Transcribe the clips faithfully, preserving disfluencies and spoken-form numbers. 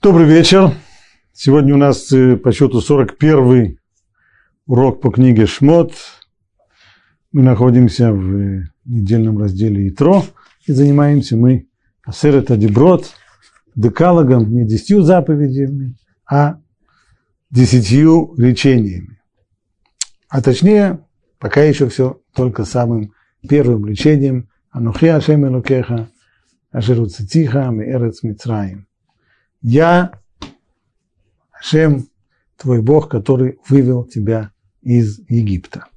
Добрый вечер. Сегодня у нас по счету сорок первый урок по книге Шмот. Мы находимся в недельном разделе Итро и занимаемся мы Асерет Адиброт, декалогом, не десятью заповедями, а десятью речениями. А точнее, пока еще все только самым первым речением Анухи Ашем Элокеха Ашер Уцитиха меэрец Мицраим. Я, Ашем, твой Бог, который вывел тебя из Египта.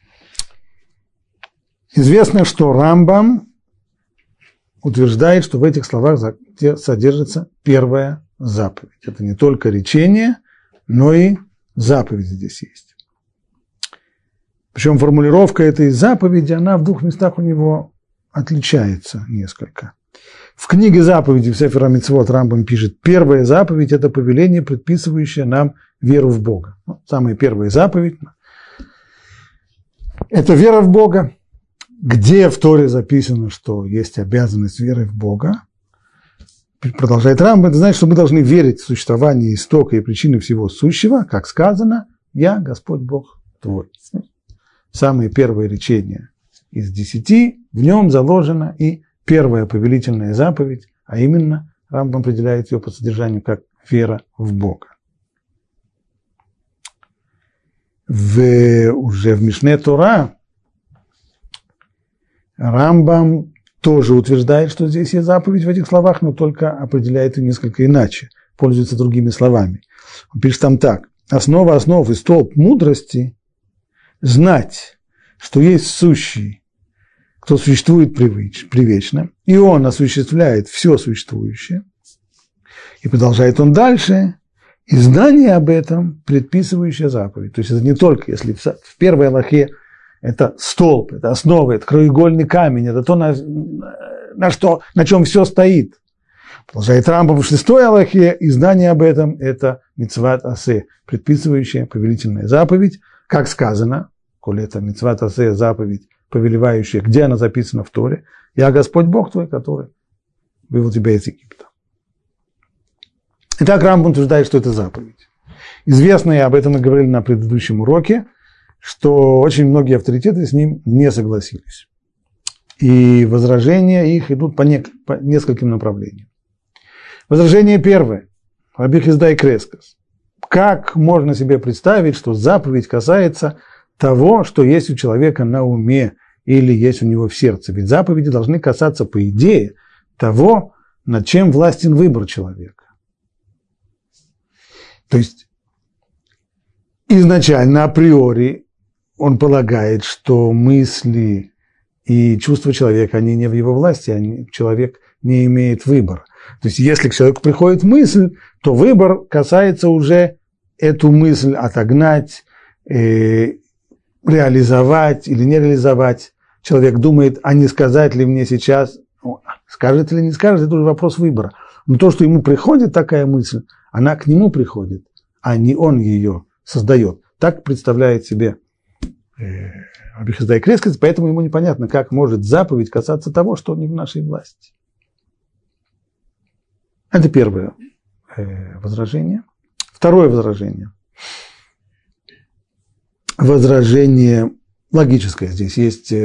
Известно, что Рамбам утверждает, что в этих словах содержится первая заповедь. Это не только речение, но и заповедь здесь есть. Причем формулировка этой заповеди, она в двух местах у него отличается несколько. В книге заповедей в Сефер ха-Мицвот Рамбам пишет: первая заповедь – это повеление, предписывающее нам веру в Бога. Ну, самая первая заповедь – это вера в Бога. Где в Торе записано, что есть обязанность веры в Бога? Продолжает Рамбам: это значит, что мы должны верить в существование истока и причины всего сущего, как сказано: «Я, Господь Бог твой». Самое первое речение из десяти, в нем заложено и первая повелительная заповедь, а именно Рамбам определяет ее по содержанию как вера в Бога. В, уже в Мишне Тора Рамбам тоже утверждает, что здесь есть заповедь в этих словах, но только определяет ее несколько иначе, пользуется другими словами. Он пишет там так: основа основ и столб мудрости – знать, что есть сущий, кто существует привечно, и он осуществляет все существующее. И продолжает он дальше: и знание об этом предписывающая заповедь. То есть это не только, если в первой алахе это столб, это основа, это краеугольный камень, это то, на, на, что, на чем все стоит. Продолжает Рамбам в шестой алахе: и знание об этом – это мицват асе, предписывающая повелительная заповедь, как сказано, коли это мицват асе, заповедь, повелевающая, где она записана в Торе: «Я Господь Бог твой, который вывел тебя из Египта». Итак, Рамбам утверждает, что это заповедь. Известно, и об этом мы говорили на предыдущем уроке, что очень многие авторитеты с ним не согласились. И возражения их идут по, не, по нескольким направлениям. Возражение первое. Раби Хиздай Крескос. Как можно себе представить, что заповедь касается того, что есть у человека на уме или есть у него в сердце? Ведь заповеди должны касаться, по идее, того, над чем властен выбор человека. То есть изначально, априори, он полагает, что мысли и чувства человека, они не в его власти, они, человек не имеет выбора. То есть если к человеку приходит мысль, то выбор касается уже эту мысль отогнать, э, реализовать или не реализовать. Человек думает, а не сказать ли мне сейчас, скажет или не скажет, это уже вопрос выбора. Но то, что ему приходит такая мысль, она к нему приходит, а не он ее создает. Так представляет себе Раби Хиздай Крескос, поэтому ему непонятно, как может заповедь касаться того, что не в нашей власти. Это первое возражение. Второе возражение. Возражение логическое. Здесь есть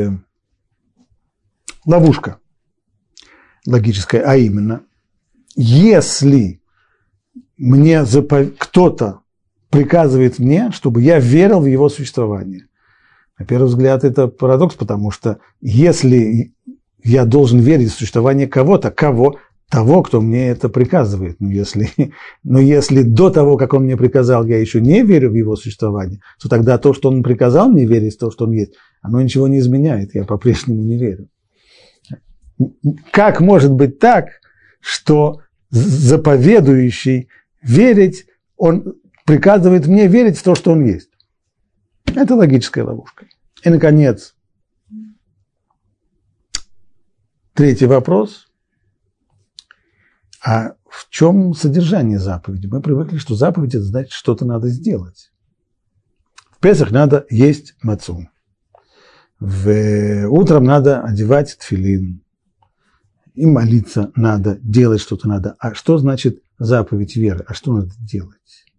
ловушка логическая, а именно, если мне запов... кто-то приказывает мне, чтобы я верил в его существование. На первый взгляд это парадокс, потому что если я должен верить в существование кого-то, кого, того, кто мне это приказывает, но если, но если до того, как он мне приказал, я еще не верю в его существование, то тогда то, что он приказал мне верить в то, что он есть, оно ничего не изменяет, я по-прежнему не верю. Как может быть так, что заповедующий верить, он приказывает мне верить в то, что он есть? Это логическая ловушка. И, наконец, третий вопрос. А в чем содержание заповеди? Мы привыкли, что заповедь – это значит, что-то надо сделать. В Песах надо есть мацу. В, утром надо одевать тфилин. и молиться надо, делать что-то надо. А что значит заповедь веры? А что надо делать?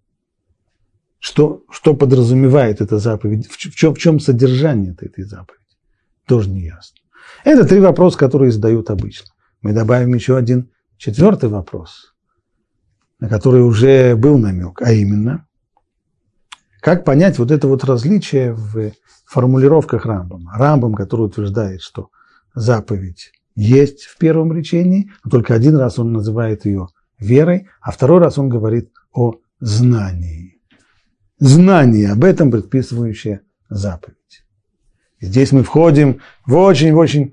Что, что подразумевает эта заповедь? В чем, в чем содержание этой заповеди? Тоже не ясно. Это три вопроса, которые задают обычно. Мы добавим еще один четвертый вопрос, на который уже был намек, а именно, как понять вот это вот различие в формулировках Рамбама. Рамбам, который утверждает, что заповедь есть в первом речении, но только один раз он называет ее верой, а второй раз он говорит о знании. Знание, об этом предписывающая заповедь. И здесь мы входим в очень-очень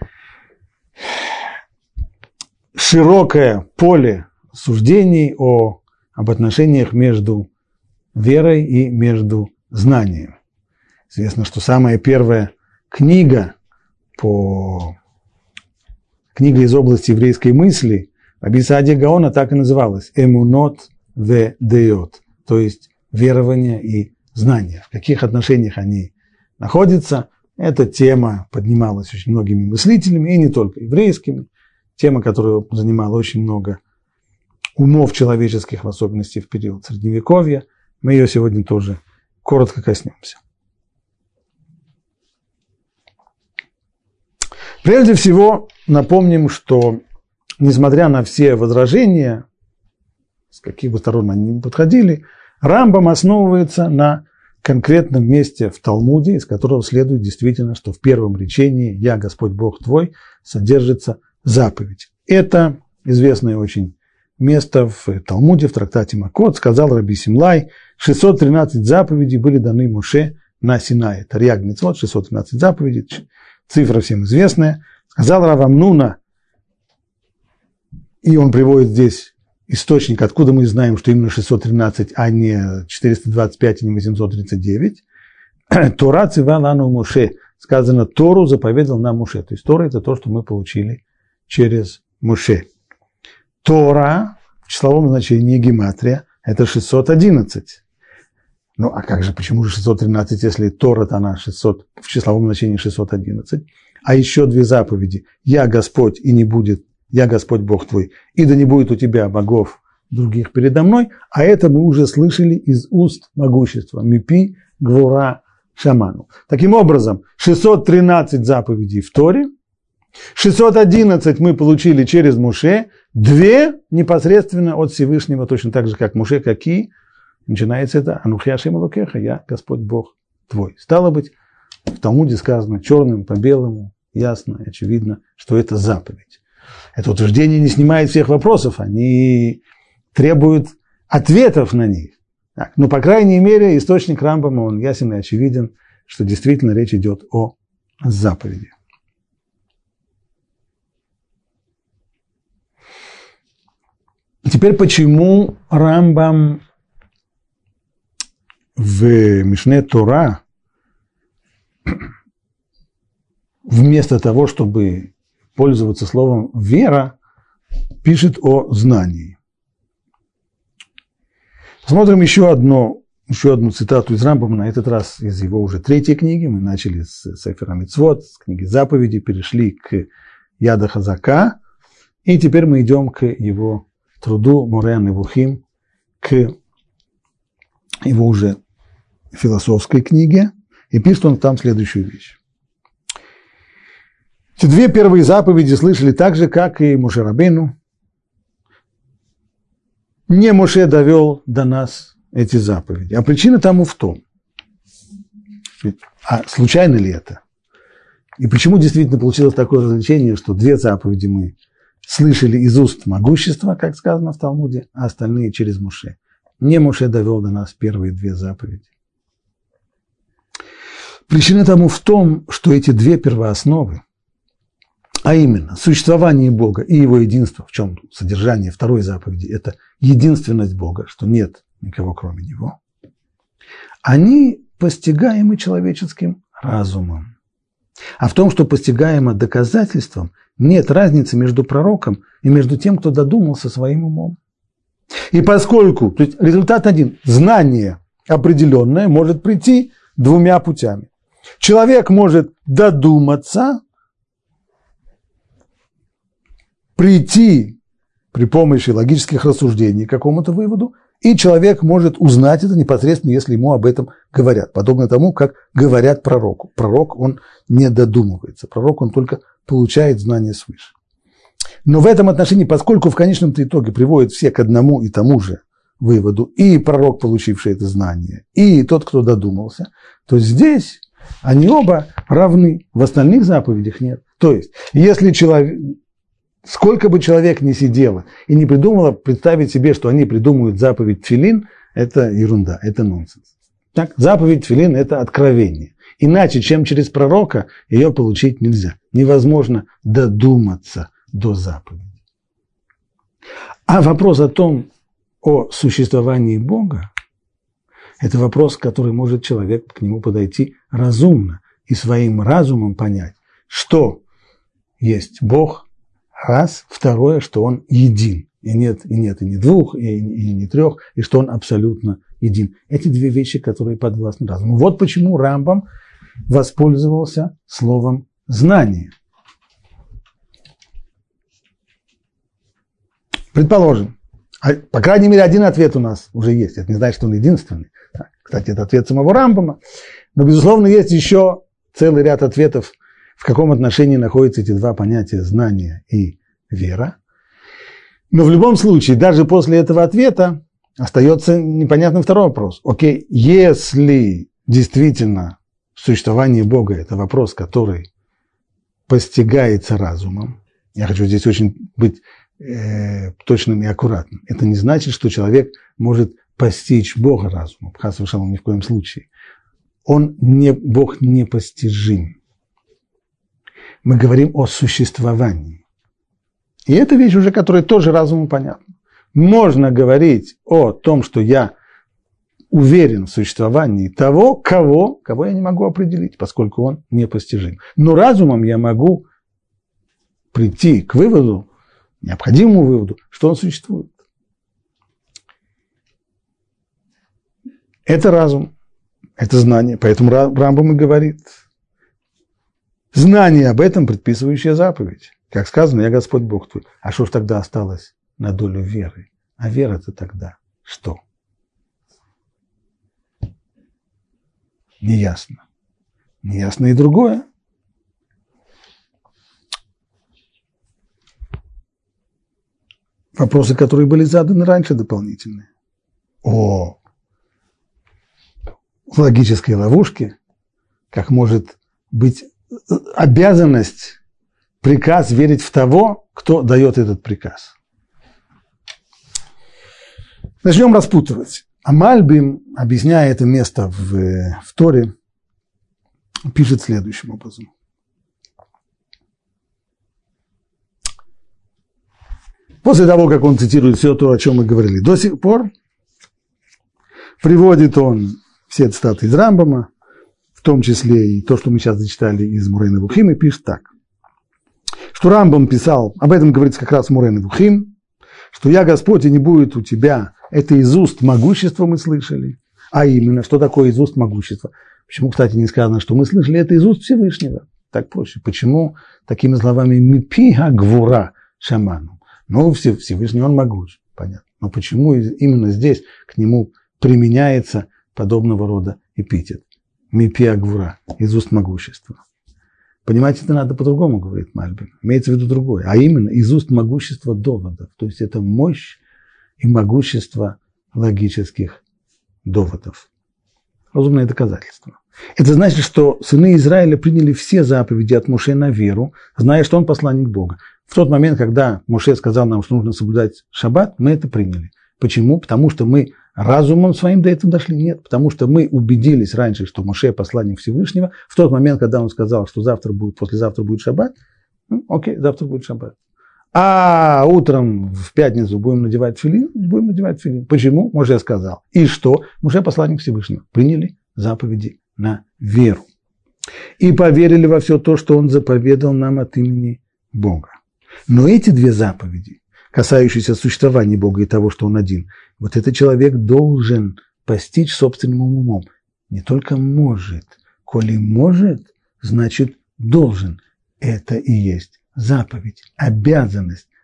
широкое поле суждений о, об отношениях между верой и между знанием. Известно, что самая первая книга, по, книга из области еврейской мысли, Раби Сааdia Гаона так и называлась «Эмунот ве деот», то есть верование и знание. В каких отношениях они находятся, эта тема поднималась очень многими мыслителями, и не только еврейскими. Тема, которая занимала очень много умов человеческих, в особенности в период Средневековья. Мы ее сегодня тоже коротко коснемся. Прежде всего, напомним, что, несмотря на все возражения, с каких бы сторон они ни подходили, Рамбам основывается на конкретном месте в Талмуде, из которого следует действительно, что в первом речении «Я, Господь Бог твой» содержится заповедь. Это известное очень место в Талмуде, в трактате Макот, сказал Раби Симлай, шестьсот тринадцать заповедей были даны Моше на Синае. Тарьяг мицвот, шестьсот тринадцать заповедей, цифра всем известная. Сказал Рав Амнуна, и он приводит здесь источник, откуда мы знаем, что именно шестьсот тринадцать, а не четыреста двадцать пять, а не восемьсот тридцать девять. Тора цива лану Моше. Сказано, Тору заповедал нам Моше. То есть Тора – это то, что мы получили через Моше. Тора в числовом значении гематрия – это шестьсот одиннадцать. Ну, а как же, почему же шестьсот тринадцать, если Тора-то она шестьсот, в числовом значении шестьсот одиннадцать? А еще две заповеди. «Я Господь, и не будет, я Господь Бог твой, и да не будет у тебя богов других передо мной». А это мы уже слышали из уст могущества. Мипи гвура шаману. Таким образом, шестьсот тринадцать заповедей в Торе, шестьсот одиннадцать мы получили через Моше, две непосредственно от Всевышнего, точно так же, как Моше, какие. Начинается это «Анухи Ашем Элокеха», «Я Господь Бог твой». Стало быть, в Талмуде сказано черным по белому, ясно и очевидно, что это заповедь. Это утверждение не снимает всех вопросов, они требуют ответов на них. Так, но, по крайней мере, источник Рамбама, он ясен и очевиден, что действительно речь идет о заповеди. Теперь, почему Рамбам в Мишне Тора вместо того, чтобы пользоваться словом «вера», пишет о знании? Посмотрим еще, одно, еще одну цитату из Рамбама, на этот раз из его уже третьей книги. Мы начали с Сефера Мицвот, с книги заповедей, перешли к Яда Хазака, и теперь мы идем к его труду Море Невухим, к его уже философской книге, и пишет он там следующую вещь. Эти две первые заповеди слышали так же, как и Моше Рабейну. Не Моше довел до нас эти заповеди. А причина тому в том, а случайно ли это? И почему действительно получилось такое развлечение, что две заповеди мы слышали из уст могущества, как сказано в Талмуде, а остальные через Моше. Не Моше довел до нас первые две заповеди. Причина тому в том, что эти две первоосновы, а именно существование Бога и его единство, в чем содержание второй заповеди, это единственность Бога, что нет никого кроме него, они постигаемы человеческим разумом. А в том, что постигаемо доказательством, нет разницы между пророком и между тем, кто додумался своим умом. И поскольку, то есть результат один, знание определенное может прийти двумя путями. Человек может додуматься прийти при помощи логических рассуждений к какому-то выводу, и человек может узнать это непосредственно, если ему об этом говорят. Подобно тому, как говорят пророку. Пророк, он не додумывается. Пророк, он только получает знания свыше. Но в этом отношении, поскольку в конечном-то итоге приводят все к одному и тому же выводу, и пророк, получивший это знание, и тот, кто додумался, то здесь они оба равны. В остальных заповедях нет. То есть, если человек... Сколько бы человек ни сидело и не придумало представить себе, что они придумают заповедь тфилин, это ерунда, это нонсенс. Так, заповедь тфилин – это откровение. Иначе, чем через пророка, ее получить нельзя. Невозможно додуматься до заповеди. А вопрос о том, о существовании Бога, это вопрос, который может человек к нему подойти разумно и своим разумом понять, что есть Бог. Раз. Второе, что он един. И нет, и нет, и не двух, и, и не трех, и что он абсолютно един. Эти две вещи, которые подвластны разуму. Вот почему Рамбам воспользовался словом «знание». Предположим, по крайней мере, один ответ у нас уже есть. Это не значит, что он единственный. Кстати, это ответ самого Рамбама. Но, безусловно, есть еще целый ряд ответов, в каком отношении находятся эти два понятия знание и вера. Но в любом случае, даже после этого ответа остается непонятным второй вопрос. Окей, если действительно существование Бога – это вопрос, который постигается разумом, я хочу здесь очень быть э, точным и аккуратным, это не значит, что человек может постичь Бога разумом, хас вешалом, ни в коем случае. Он не, Бог непостижим. Мы говорим о существовании. И это вещь уже, которая тоже разуму понятна. Можно говорить о том, что я уверен в существовании того, кого, кого я не могу определить, поскольку он непостижим. Но разумом я могу прийти к выводу, необходимому выводу, что он существует. Это разум, это знание. Поэтому Рамбам и говорит: знание об этом, предписывающая заповедь. Как сказано, я Господь Бог твой. А что ж тогда осталось на долю веры? А вера-то тогда что? Неясно. Неясно и другое. Вопросы, которые были заданы раньше, дополнительные. О логической ловушке, как может быть обязанность, приказ верить в того, кто дает этот приказ. Начнем распутывать. А Мальбим, объясняя это место в, в Торе, пишет следующим образом. После того, как он цитирует все то, о чем мы говорили до сих пор, приводит он все цитаты из Рамбама, в том числе и то, что мы сейчас зачитали из Мурей Невухим, и пишет так, что Рамбам писал, об этом говорится как раз в Мурей Невухим, что «Я, Господь, и не будет у тебя». Это из уст могущества мы слышали. А именно, что такое из уст могущества? Почему, кстати, не сказано, что мы слышали это из уст Всевышнего? Так проще. Почему такими словами «мипига гвура шаману»? Ну, Всевышний, он могуч, понятно. Но почему именно здесь к нему применяется подобного рода эпитет? «Мипига гвура», из уст могущества. Понимаете, это надо по-другому, говорит Мальбим. Имеется в виду другое. А именно, из уст могущества доводов. То есть, это мощь и могущество логических доводов. Разумное доказательство. Это значит, что сыны Израиля приняли все заповеди от Моше на веру, зная, что он посланник Бога. В тот момент, когда Моше сказал нам, что нужно соблюдать шаббат, мы это приняли. Почему? Потому что мы разумом своим до этого дошли? Нет, потому что мы убедились раньше, что Моше посланник Всевышнего. В тот момент, когда он сказал, что завтра будет, послезавтра будет шаббат, ну, окей, завтра будет шаббат. А утром в пятницу будем надевать тфилин, будем надевать тфилин. Почему? Моше сказал. И что? Моше посланник Всевышнего. Приняли заповеди на веру. И поверили во все то, что он заповедал нам от имени Бога. Но эти две заповеди, касающиеся существования Бога и того, что он один, вот этот человек должен постичь собственным умом. Не только может. Коли может, значит должен. Это и есть заповедь, обязанность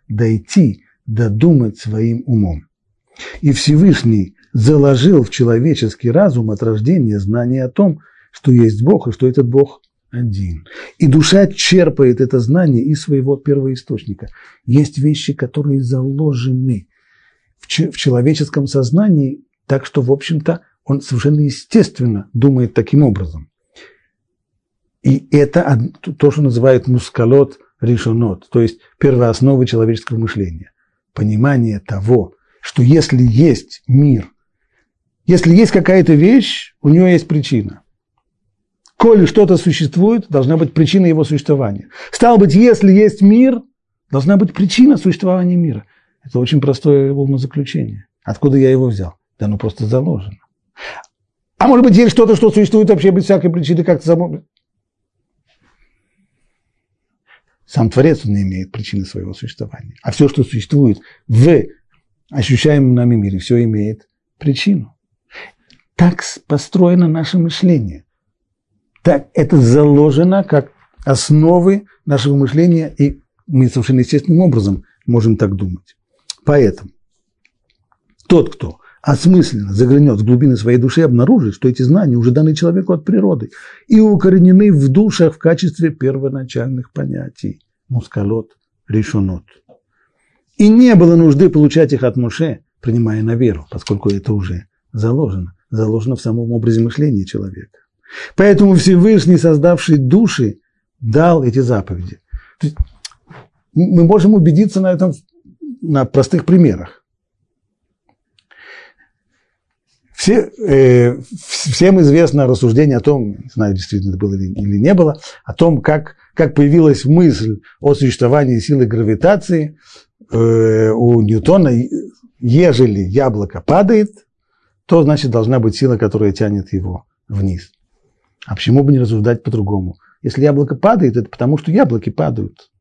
дойти, додумать своим умом. И Всевышний заложил в человеческий разум от рождения знание о том, что есть Бог и что этот Бог один. И душа черпает это знание из своего первоисточника. Есть вещи, которые заложены в человеческом сознании, так что, в общем-то, он совершенно естественно думает таким образом. И это то, что называют мускалот решонот, то есть первоосновы человеческого мышления. Понимание того, что если есть мир, если есть какая-то вещь, у нее есть причина. Коли что-то существует, должна быть причина его существования. Стало быть, если есть мир, должна быть причина существования мира. Это очень простое умозаключение. Откуда я его взял? Да оно просто заложено. А может быть, есть что-то, что существует вообще без всякой причины, как-то само... Сам Творец не имеет причины своего существования. А все, что существует в ощущаемом нами мире, все имеет причину. Так построено наше мышление. Так это заложено как основы нашего мышления, и мы совершенно естественным образом можем так думать. Поэтому тот, кто осмысленно заглянет в глубины своей души, обнаружит, что эти знания уже даны человеку от природы и укоренены в душах в качестве первоначальных понятий мускалот решонот. И не было нужды получать их от Моше, принимая на веру, поскольку это уже заложено, заложено в самом образе мышления человека. Поэтому Всевышний, создавший души, дал эти заповеди. То есть мы можем убедиться на этом на простых примерах. Все, э, всем известно рассуждение о том, не знаю, действительно это было или, или не было, о том, как, как появилась мысль о существовании силы гравитации э, у Ньютона. Ежели яблоко падает, то, значит, должна быть сила, которая тянет его вниз. А почему бы не рассуждать по-другому? Если яблоко падает, это потому, что яблоки падают.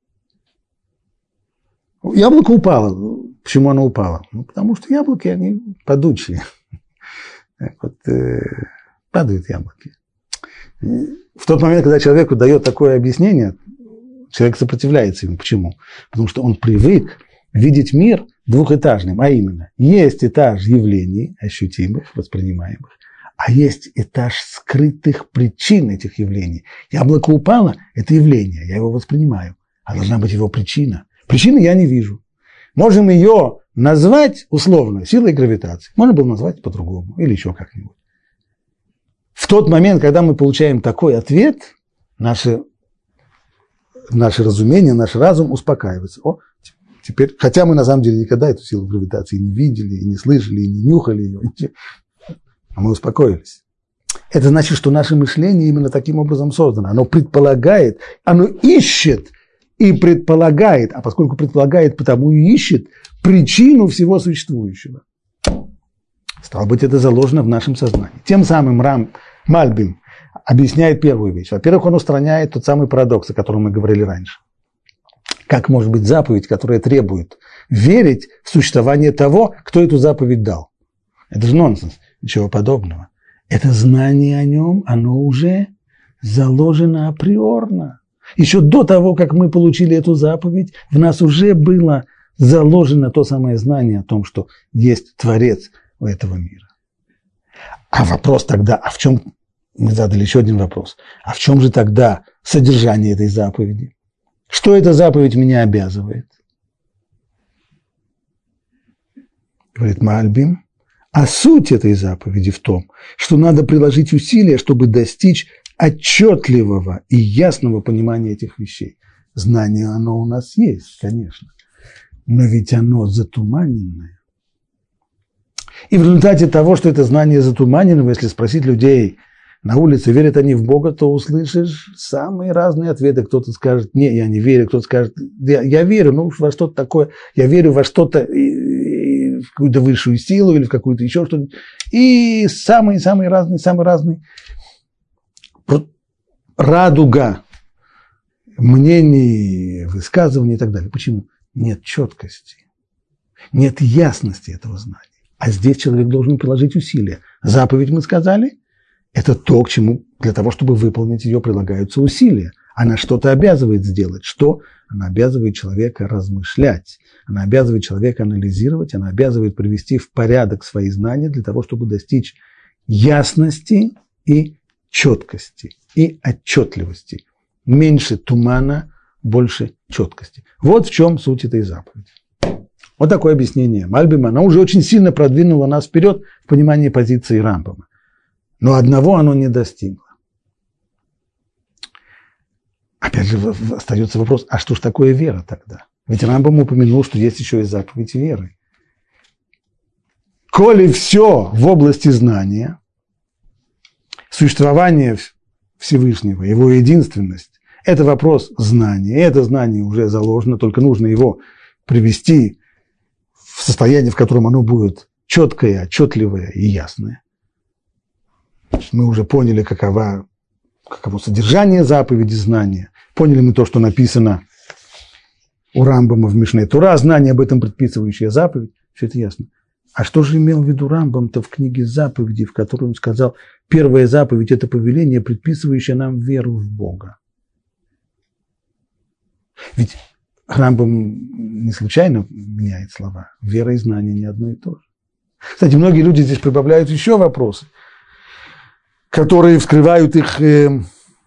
Яблоко упало. Почему оно упало? Ну, потому что яблоки, они падучие. Так вот, э, падают яблоки. В тот момент, когда человеку дает такое объяснение, человек сопротивляется ему. Почему? Потому что он привык видеть мир двухэтажным, а именно, есть этаж явлений, ощутимых, воспринимаемых, а есть этаж скрытых причин этих явлений. Яблоко упало – это явление, я его воспринимаю, а должна быть его причина. Причины я не вижу. Можем ее назвать условно силой гравитации, можно было назвать по-другому или еще как-нибудь. В тот момент, когда мы получаем такой ответ, наше, наше разумение, наш разум успокаивается. О, теперь, хотя мы на самом деле никогда эту силу гравитации не видели, и не слышали, и не нюхали ее, а мы успокоились. Это значит, что наше мышление именно таким образом создано. Оно предполагает, оно ищет и предполагает, а поскольку предполагает, потому и ищет причину всего существующего. Стало быть, это заложено в нашем сознании. Тем самым Рам Мальбим объясняет первую вещь. Во-первых, он устраняет тот самый парадокс, о котором мы говорили раньше. Как может быть заповедь, которая требует верить в существование того, кто эту заповедь дал? Это же нонсенс, ничего подобного. Это знание о нем, оно уже заложено априорно. Еще до того, как мы получили эту заповедь, в нас уже было заложено то самое знание о том, что есть Творец у этого мира. А вопрос тогда, а в чем, мы задали еще один вопрос, а в чем же тогда содержание этой заповеди? Что эта заповедь меня обязывает? Говорит Мальбим, а суть этой заповеди в том, что надо приложить усилия, чтобы достичь отчетливого и ясного понимания этих вещей. Знание оно у нас есть, конечно, но ведь оно затуманенное. И в результате того, что это знание затуманенное, если спросить людей на улице, верят они в Бога, то услышишь самые разные ответы. Кто-то скажет, не, я не верю, кто-то скажет, я, я верю, ну во что-то такое, я верю во что-то, в какую-то высшую силу или в какую-то еще что-то. И самые-самые разные, самые разные радуга мнений, высказываний и так далее. Почему? Нет четкости, нет ясности этого знания. А здесь человек должен приложить усилия. Заповедь, мы сказали, это то, к чему, для того, чтобы выполнить ее, прилагаются усилия. Она что-то обязывает сделать. Что? Она обязывает человека размышлять. Она обязывает человека анализировать. Она обязывает привести в порядок свои знания для того, чтобы достичь ясности и четкости, и отчетливости. Меньше тумана, больше четкости. Вот в чем суть этой заповеди. Вот такое объяснение Мальбима. Оно уже очень сильно продвинуло нас вперед в понимании позиции Рамбама. Но одного оно не достигло. Опять же остается вопрос, а что ж такое вера тогда? Ведь Рамбам упомянул, что есть еще и заповедь веры. Коли все в области знания, существование Всевышнего, его единственность, это вопрос знания. И это знание уже заложено, только нужно его привести в состояние, в котором оно будет четкое, отчетливое и ясное. Мы уже поняли, каково, каково содержание заповеди знания. Поняли мы то, что написано у Рамбама в Мишне Тура, знание об этом предписывающая заповедь. Все это ясно. А что же имел в виду Рамбам-то в книге заповедей, в которой он сказал, первая заповедь – это повеление, предписывающее нам веру в Бога? Ведь Рамбам не случайно меняет слова. Вера и знание не одно и то же. Кстати, многие люди здесь прибавляют еще вопросы, которые вскрывают их, э,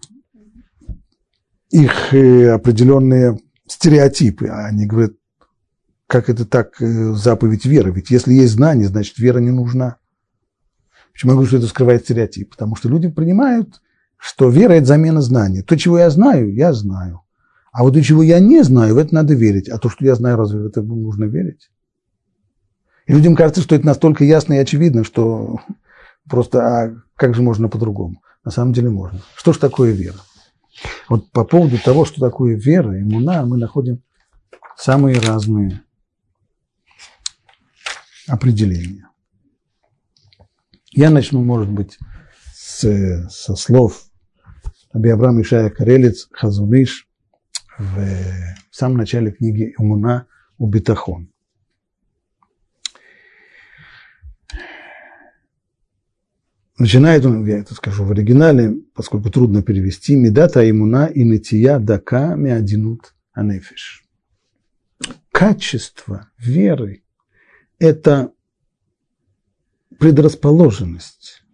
их э, определенные стереотипы. Они говорят, как это так, э, заповедь веры? Ведь если есть знание, значит, вера не нужна. Почему я говорю, что это скрывает стереотип? Потому что люди принимают, что вера – это замена знания. То, чего я знаю, я знаю. А вот то, чего я не знаю, в это надо верить. А то, что я знаю, разве в это нужно верить? И людям кажется, что это настолько ясно и очевидно, что просто, а как же можно по-другому? На самом деле можно. Что же такое вера? Вот по поводу того, что такое вера, иммуна, мы находим самые разные определения. Я начну, может быть, с, со слов Раби Авраам Ишая Карелец, Хазон Иш, в, в самом начале книги «Иммуна убитахон». Начинает он, я это скажу в оригинале, поскольку трудно перевести, «Медата иммуна и нетия дака меадинут анефиш». Качество веры – это предрасположенность,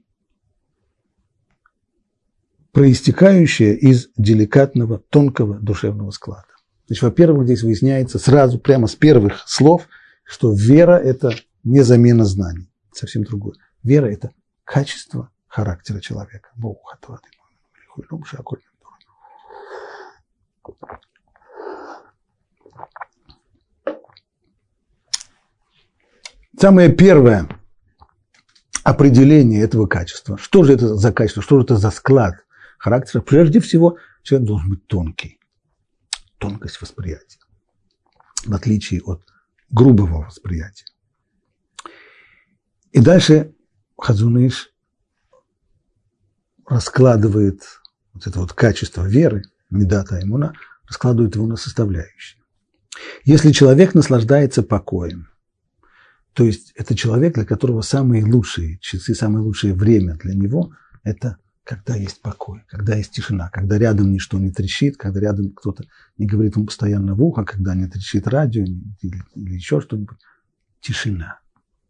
проистекающая из деликатного, тонкого душевного склада. Значит, во-первых, здесь выясняется сразу, прямо с первых слов, что вера – это не замена знаний, совсем другое. Вера – это качество характера человека. Самое первое определение этого качества. Что же это за качество, что же это за склад характера? Прежде всего, человек должен быть тонкий. Тонкость восприятия. В отличие от грубого восприятия. И дальше Хазон Иш раскладывает вот это вот качество веры, медата иммуна, раскладывает его на составляющие. Если человек наслаждается покоем, то есть это человек, для которого самые лучшие часы, самое лучшее время для него – это когда есть покой, когда есть тишина, когда рядом ничто не трещит, когда рядом кто-то не говорит ему постоянно в ухо, когда не трещит радио или, или еще что-нибудь. Тишина.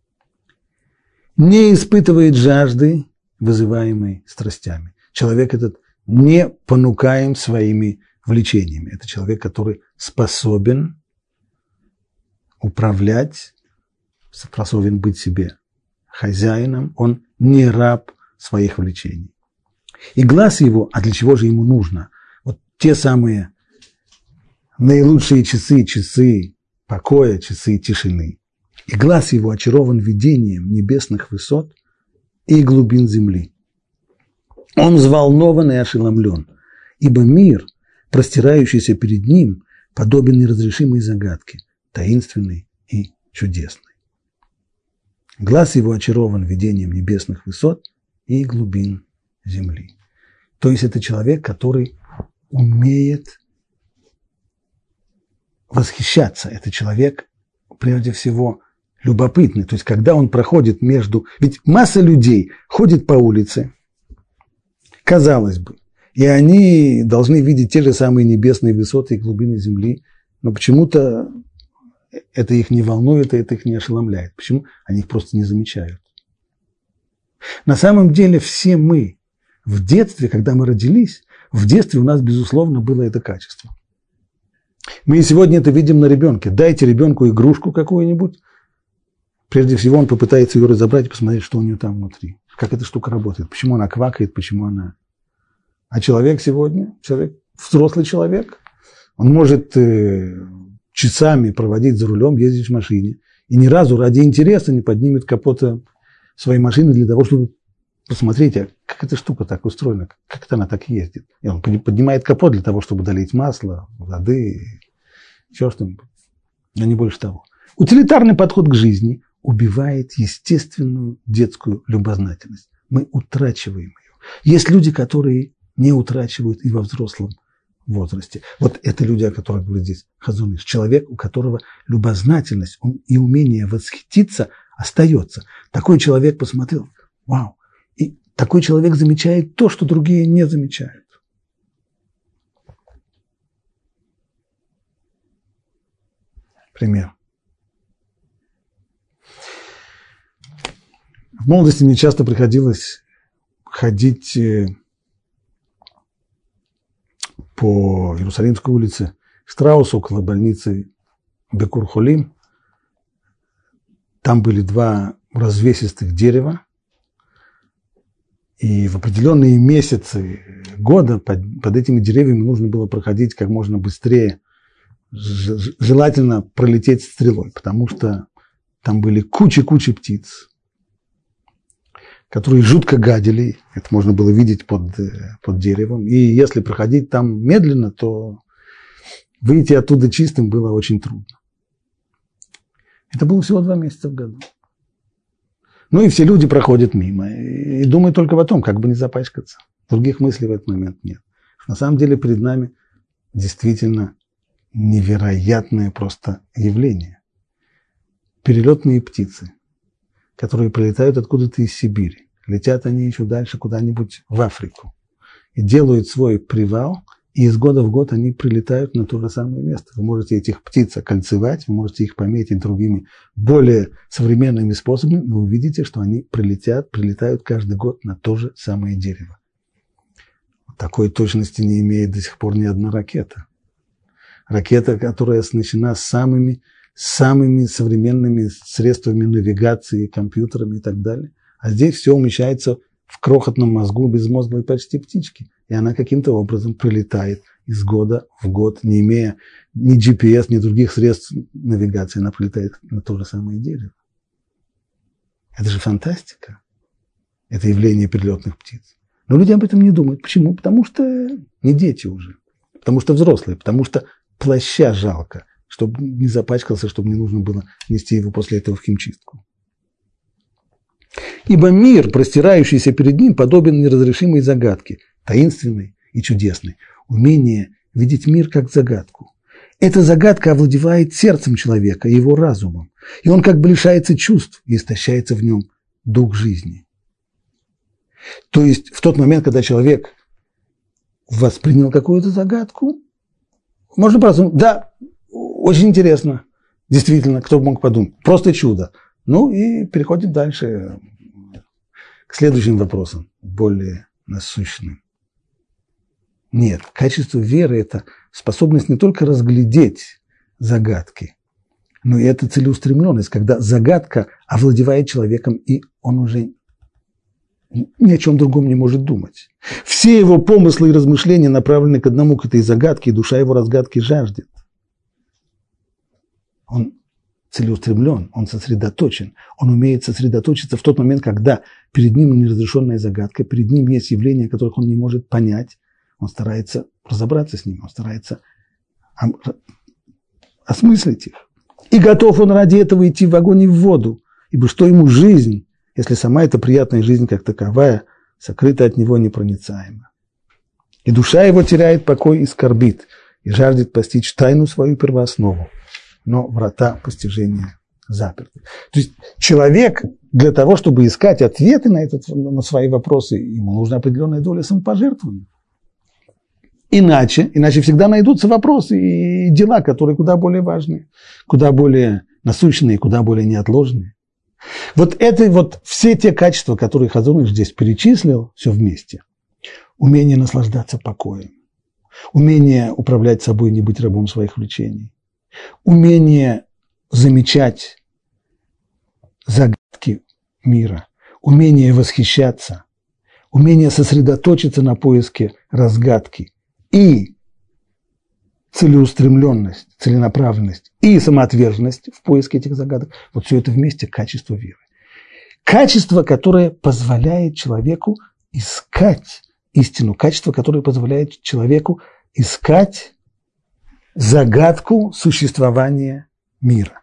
Не испытывает жажды, вызываемой страстями. Человек этот не понукаем своими влечениями. Это человек, который способен управлять, способен быть себе хозяином, он не раб своих влечений. И глаз его, а для чего же ему нужно? Вот те самые наилучшие часы, часы покоя, часы тишины. И глаз его очарован видением небесных высот и глубин земли. Он взволнован и ошеломлен, ибо мир, простирающийся перед ним, подобен неразрешимой загадке, таинственной и чудесной. Глаз его очарован видением небесных высот и глубин земли. То есть это человек, который умеет восхищаться. Это человек, прежде всего, любопытный. То есть когда он проходит между... Ведь масса людей ходит по улице, казалось бы, И они должны видеть те же самые небесные высоты и глубины земли, но почему-то это их не волнует, это их не ошеломляет. Почему? Они их просто не замечают. На самом деле все мы в детстве, когда мы родились, в детстве у нас, безусловно, было это качество. Мы и сегодня это видим на ребенке. Дайте ребенку игрушку какую-нибудь, прежде всего он попытается ее разобрать и посмотреть, что у нее там внутри, как эта штука работает, почему она квакает, почему она... А человек сегодня, человек, взрослый человек, он может э, часами проводить за рулем, ездить в машине, и ни разу ради интереса не поднимет капота своей машины для того, чтобы посмотреть, а как эта штука так устроена, как это она так ездит. И он поднимает капот для того, чтобы долить масло, воды, еще что-нибудь, но не больше того. Утилитарный подход к жизни убивает естественную детскую любознательность. Мы утрачиваем ее. Есть люди, которые не утрачивают и во взрослом возрасте. Вот это люди, о которых говорит здесь Хазон Иш. Человек, у которого любознательность и умение восхититься остается. Такой человек посмотрел, вау, и такой человек замечает то, что другие не замечают. Пример. В молодости мне часто приходилось ходить по Иерусалимской улице Штраус, около больницы Бекур-Холим. Там были два развесистых дерева, и в определенные месяцы года под, под этими деревьями нужно было проходить как можно быстрее, желательно пролететь стрелой, потому что там были кучи-кучи птиц, которые жутко гадили, это можно было видеть под, под деревом, и если проходить там медленно, то выйти оттуда чистым было очень трудно. Это было всего два месяца в году. Ну и все люди проходят мимо и думают только о том, как бы не запачкаться. Других мыслей в этот момент нет. На самом деле перед нами действительно невероятное просто явление. Перелетные птицы, которые прилетают откуда-то из Сибири. Летят они еще дальше куда-нибудь в Африку. И делают свой привал, и из года в год они прилетают на то же самое место. Вы можете этих птиц окольцевать, вы можете их пометить другими, более современными способами, и вы увидите, что они прилетят, прилетают каждый год на то же самое дерево. Такой точности не имеет до сих пор ни одна ракета. Ракета, которая оснащена самыми, самыми современными средствами навигации, компьютерами и так далее. А здесь все умещается в крохотном мозгу безмозглой почти птички. И она каким-то образом прилетает из года в год, не имея ни джи пи эс, ни других средств навигации. Она прилетает на то же самое дерево. Это же фантастика. Это явление перелетных птиц. Но люди об этом не думают. Почему? Потому что не дети уже. Потому что взрослые. Потому что плаща жалко, чтобы не запачкался, чтобы не нужно было нести его после этого в химчистку. Ибо мир, простирающийся перед ним, подобен неразрешимой загадке, таинственной и чудесной. Умение видеть мир как загадку. Эта загадка овладевает сердцем человека и его разумом, и он как бы лишается чувств и истощается в нем дух жизни. То есть в тот момент, когда человек воспринял какую-то загадку, можно просто думать, да, очень интересно, действительно, кто бы мог подумать, просто чудо. Ну и переходит дальше к следующим вопросам, более насущным. Нет, качество веры – это способность не только разглядеть загадки, но и это целеустремленность, когда загадка овладевает человеком, и он уже ни о чем другом не может думать. Все его помыслы и размышления направлены к одному, к этой загадке, и душа его разгадки жаждет. Он целеустремлен, он сосредоточен, он умеет сосредоточиться в тот момент, когда перед ним неразрешенная загадка, перед ним есть явления, которых он не может понять, он старается разобраться с ними, он старается осмыслить их. И готов он ради этого идти в огонь и в воду, ибо что ему жизнь, если сама эта приятная жизнь как таковая сокрыта от него непроницаема. И душа его теряет покой и скорбит, и жаждет постичь тайну свою первооснову, но врата постижения заперты. То есть человек для того, чтобы искать ответы на, этот, на свои вопросы, ему нужна определенная доля самопожертвования. Иначе, иначе всегда найдутся вопросы и дела, которые куда более важные, куда более насущные, куда более неотложные. Вот это вот все те качества, которые Хазон Иш здесь перечислил, все вместе. Умение наслаждаться покоем, умение управлять собой, не быть рабом своих влечений, умение замечать загадки мира, умение восхищаться, умение сосредоточиться на поиске разгадки и целеустремленность, целенаправленность и самоотверженность в поиске этих загадок. Вот все это вместе качество веры. Качество, которое позволяет человеку искать истину, качество, которое позволяет человеку искать загадку существования мира.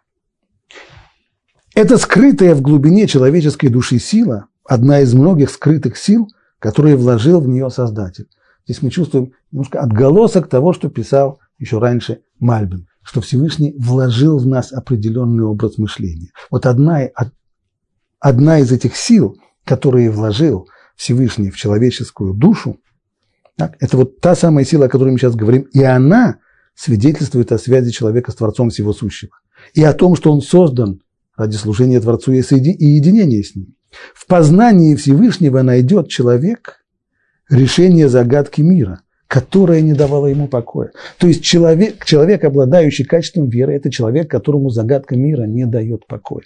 Это скрытая в глубине человеческой души сила, одна из многих скрытых сил, которые вложил в нее Создатель. Здесь мы чувствуем немножко отголосок того, что писал еще раньше Мальбим, что Всевышний вложил в нас определенный образ мышления. Вот одна, одна из этих сил, которые вложил Всевышний в человеческую душу, так, это вот та самая сила, о которой мы сейчас говорим, и она свидетельствует о связи человека с Творцом всего сущего, и о том, что он создан ради служения Творцу и единения с ним. В познании Всевышнего найдет человек решение загадки мира, которая не давала ему покоя. То есть человек, человек, обладающий качеством веры, это человек, которому загадка мира не дает покоя.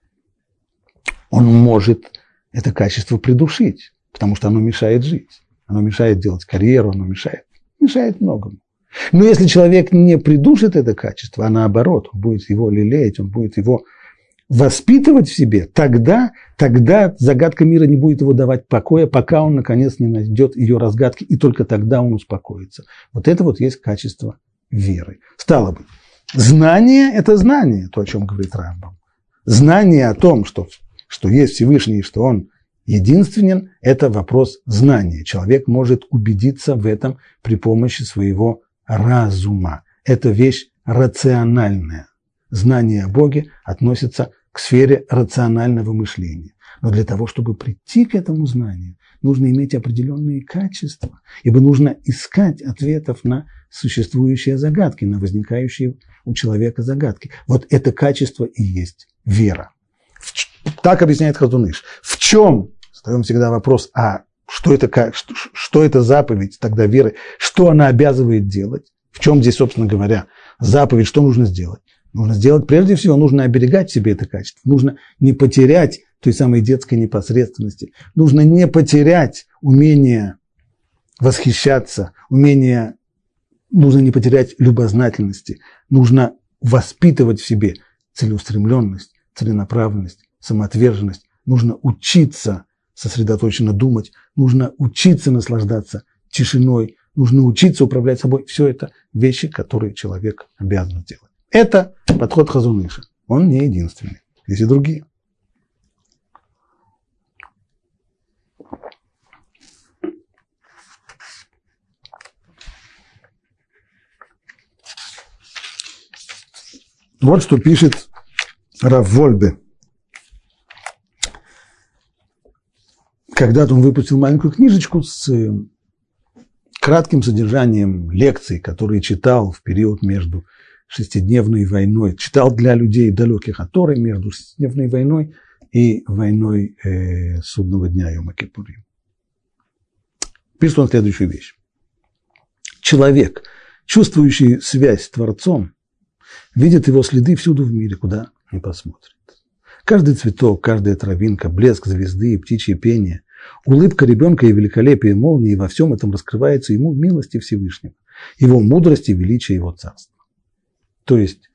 Он может это качество придушить, потому что оно мешает жить, оно мешает делать карьеру, оно мешает, мешает многому. Но если человек не придушит это качество, а наоборот, он будет его лелеять, он будет его воспитывать в себе, тогда, тогда загадка мира не будет его давать покоя, пока он, наконец, не найдет ее разгадки, и только тогда он успокоится. Вот это вот есть качество веры. Стало быть, знание – это знание, то, о чем говорит Рамбам. Знание о том, что, что есть Всевышний, что он единственен – это вопрос знания. Человек может убедиться в этом при помощи своего разума. Это вещь рациональная. Знание о Боге относится к сфере рационального мышления. Но для того, чтобы прийти к этому знанию, нужно иметь определенные качества, ибо нужно искать ответов на существующие загадки, на возникающие у человека загадки. Вот это качество и есть вера. Так объясняет Хазон Иш. В чем? Задаем всегда вопрос, а что это, что, что это заповедь тогда веры? Что она обязывает делать? В чем здесь, собственно говоря, заповедь, что нужно сделать? Нужно сделать, прежде всего, нужно оберегать в себе это качество. Нужно не потерять той самой детской непосредственности. Нужно не потерять умение восхищаться, умение, нужно не потерять любознательности. Нужно воспитывать в себе целеустремленность, целенаправленность, самоотверженность. Нужно учиться сосредоточенно думать. Нужно учиться наслаждаться тишиной. Нужно учиться управлять собой. Все это вещи, которые человек обязан делать. Это подход Хазон Иша. Он не единственный. Есть и другие. Вот что пишет Рав Вольбе. Когда-то он выпустил маленькую книжечку с кратким содержанием лекций, которые читал в период между шестидневной войной, читал для людей, далеких от Торы, между шестидневной войной и войной э, судного дня Йом-Кипурим. Пишет он следующую вещь. Человек, чувствующий связь с Творцом, видит его следы всюду в мире, куда ни посмотрит. Каждый цветок, каждая травинка, блеск звезды и птичье пение, улыбка ребенка и великолепие молнии, во всем этом раскрывается ему в милости Всевышнего, его мудрости, величия его царства. То есть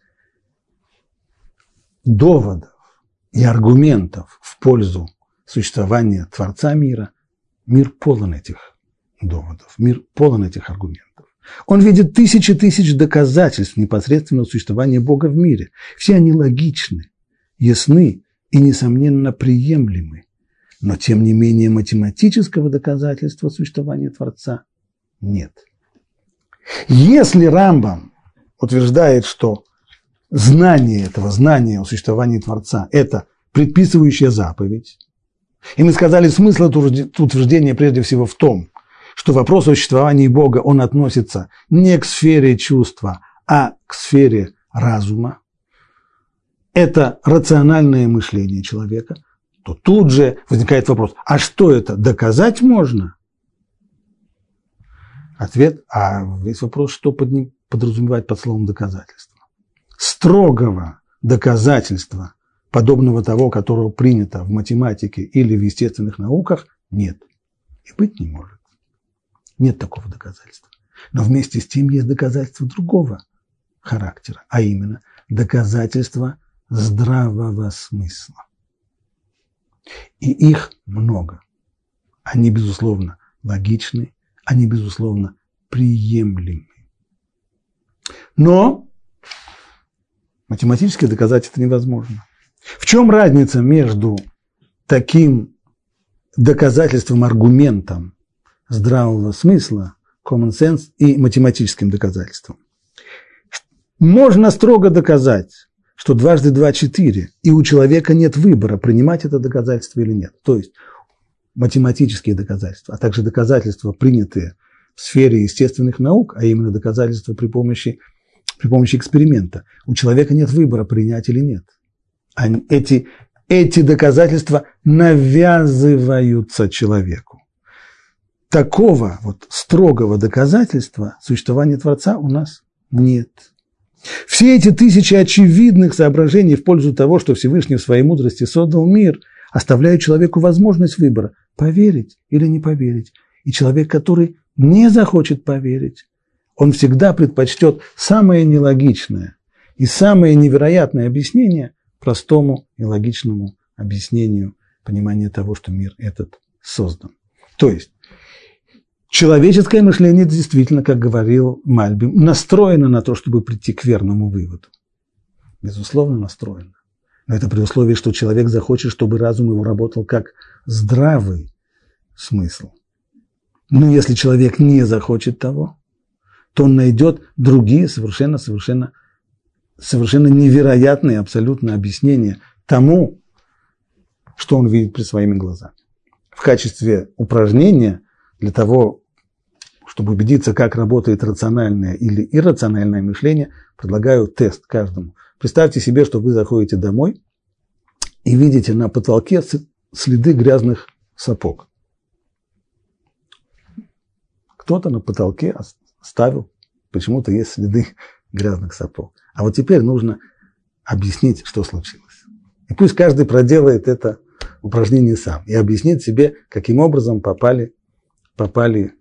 доводов и аргументов в пользу существования Творца мира, мир полон этих доводов, мир полон этих аргументов. Он видит тысячи тысяч доказательств непосредственного существования Бога в мире. Все они логичны, ясны и, несомненно, приемлемы. Но, тем не менее, математического доказательства существования Творца нет. Если Рамбам утверждает, что знание этого, знание о существовании Творца – это предписывающая заповедь, и мы сказали, смысл этого утверждения прежде всего в том, что вопрос о существовании Бога, он относится не к сфере чувства, а к сфере разума, это рациональное мышление человека, то тут же возникает вопрос, а что это, доказать можно? Ответ, а весь вопрос, что под ним подразумевает под словом доказательство. Строгого доказательства, подобного того, которого принято в математике или в естественных науках, нет. И быть не может. Нет такого доказательства. Но вместе с тем есть доказательства другого характера, а именно доказательства здравого смысла. И их много. Они, безусловно, логичны, они, безусловно, приемлемы. Но математически доказать это невозможно. В чем разница между таким доказательством, аргументом здравого смысла, common sense, и математическим доказательством? Можно строго доказать, что дважды два – четыре, и у человека нет выбора, принимать это доказательство или нет. То есть математические доказательства, а также доказательства, принятые в сфере естественных наук, а именно доказательства при помощи, при помощи эксперимента. У человека нет выбора, принять или нет. Они, эти, эти доказательства навязываются человеку. Такого вот строгого доказательства существования Творца у нас нет. Все эти тысячи очевидных соображений в пользу того, что Всевышний в своей мудрости создал мир, оставляют человеку возможность выбора – поверить или не поверить. И человек, который не захочет поверить, он всегда предпочтет самое нелогичное и самое невероятное объяснение простому и логичному объяснению понимания того, что мир этот создан. То есть человеческое мышление действительно, как говорил Мальбим, настроено на то, чтобы прийти к верному выводу. Безусловно, настроено. Но это при условии, что человек захочет, чтобы разум его работал как здравый смысл. Но если человек не захочет того, то он найдет другие совершенно, совершенно, совершенно невероятные абсолютно объяснения тому, что он видит при своими глазами. В качестве упражнения для того, чтобы убедиться, как работает рациональное или иррациональное мышление, предлагаю тест каждому. Представьте себе, что вы заходите домой и видите на потолке следы грязных сапог. Кто-то на потолке оставил, почему-то есть следы грязных сапог. А вот теперь нужно объяснить, что случилось. И пусть каждый проделает это упражнение сам и объяснит себе, каким образом попали, попали,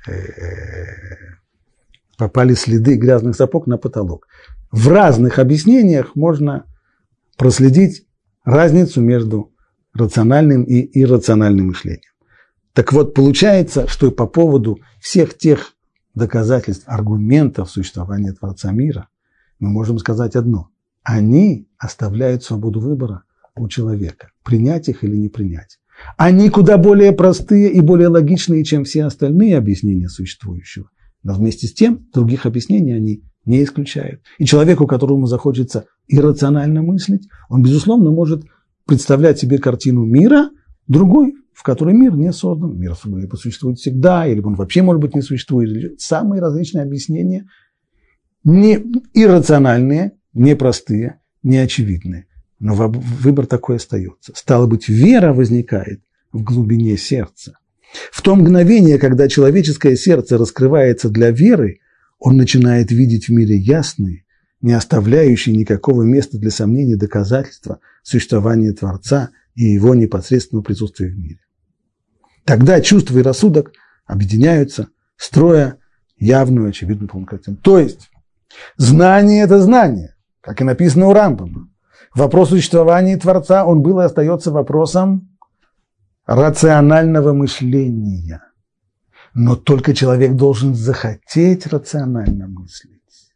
э, попали следы грязных сапог на потолок. В разных объяснениях можно проследить разницу между рациональным и иррациональным мышлением. Так вот, получается, что по поводу всех тех доказательств, аргументов существования Творца мира, мы можем сказать одно. Они оставляют свободу выбора у человека, принять их или не принять. Они куда более простые и более логичные, чем все остальные объяснения существующего. Но вместе с тем, других объяснений они не исключают. И человеку, которому захочется иррационально мыслить, он, безусловно, может представлять себе картину мира другой, в которой мир не создан. Мир либо существует всегда, или он вообще, может быть, не существует. Самые различные объяснения, не иррациональные, непростые, неочевидные. Но выбор такой остается. Стало быть, вера возникает в глубине сердца. В то мгновение, когда человеческое сердце раскрывается для веры, он начинает видеть в мире ясные, не оставляющие никакого места для сомнений доказательства существования Творца и его непосредственного присутствия в мире. Тогда чувство и рассудок объединяются, строя явную, очевидную полную картину. То есть, знание – это знание, как и написано у Рамбама. Вопрос существования Творца, он был и остается вопросом рационального мышления. Но только человек должен захотеть рационально мыслить.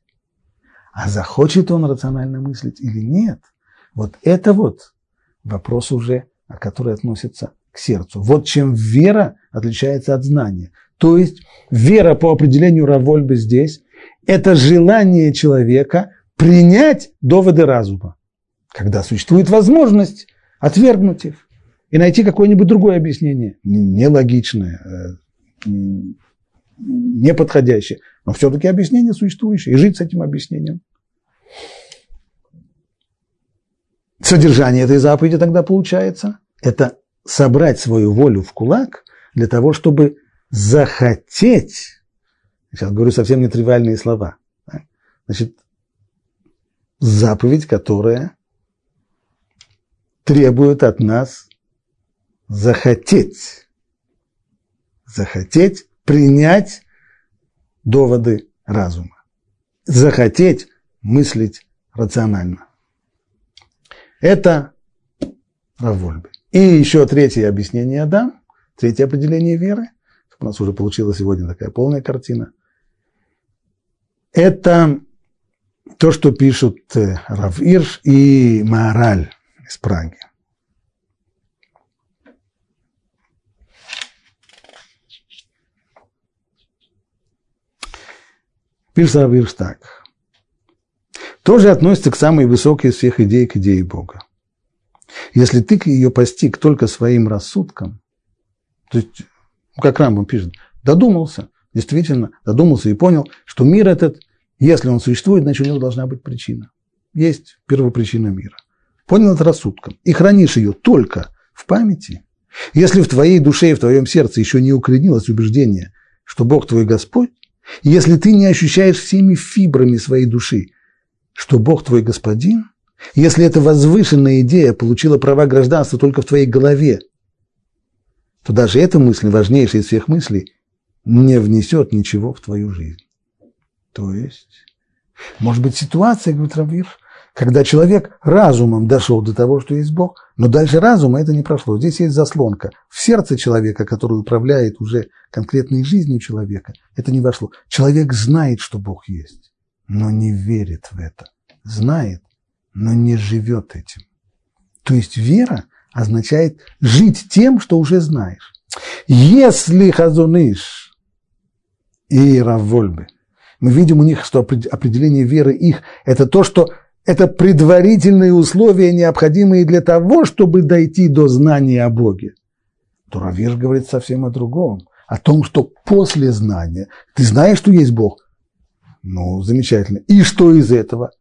А захочет он рационально мыслить или нет, вот это вот вопрос уже, который относится к сердцу. Вот чем вера отличается от знания. То есть вера по определению Рав Вольбе здесь – это желание человека принять доводы разума, когда существует возможность отвергнуть их и найти какое-нибудь другое объяснение, нелогичное, неподходящее, но все-таки объяснение существующее, и жить с этим объяснением. Содержание этой заповеди тогда получается – это собрать свою волю в кулак для того, чтобы захотеть, сейчас говорю совсем нетривиальные слова, да? Значит, заповедь, которая требует от нас захотеть, захотеть принять доводы разума, захотеть мыслить рационально. Это Рав Вольбе. И еще третье объяснение я дам, третье определение веры. У нас уже получилась сегодня такая полная картина. Это то, что пишут Рав Ирш и Маораль из Праги. Пишет Рав Ирш так. Тоже относится к самой высокой из всех идей, к идее Бога. Если ты ее постиг только своим рассудком, то есть, как Рамбам пишет, додумался, действительно додумался и понял, что мир этот, если он существует, значит, у него должна быть причина. Есть первопричина мира. Понял это рассудком. И хранишь ее только в памяти. Если в твоей душе и в твоем сердце еще не укоренилось убеждение, что Бог твой Господь, если ты не ощущаешь всеми фибрами своей души, что Бог твой Господин, если эта возвышенная идея получила права гражданства только в твоей голове, то даже эта мысль, важнейшая из всех мыслей, не внесет ничего в твою жизнь. То есть, может быть, ситуация, говорит Рав Ирш, когда человек разумом дошел до того, что есть Бог, но дальше разума это не прошло. Здесь есть заслонка. В сердце человека, который управляет уже конкретной жизнью человека, это не вошло. Человек знает, что Бог есть, но не верит в это. Знает, но не живет этим. То есть вера означает жить тем, что уже знаешь. Если Хазон Иш и Рав Вольбе, мы видим у них, что определение веры их – это то, что это предварительные условия, необходимые для того, чтобы дойти до знания о Боге, то Рав Ирш говорит совсем о другом. О том, что после знания ты знаешь, что есть Бог. Ну, замечательно. И что из этого?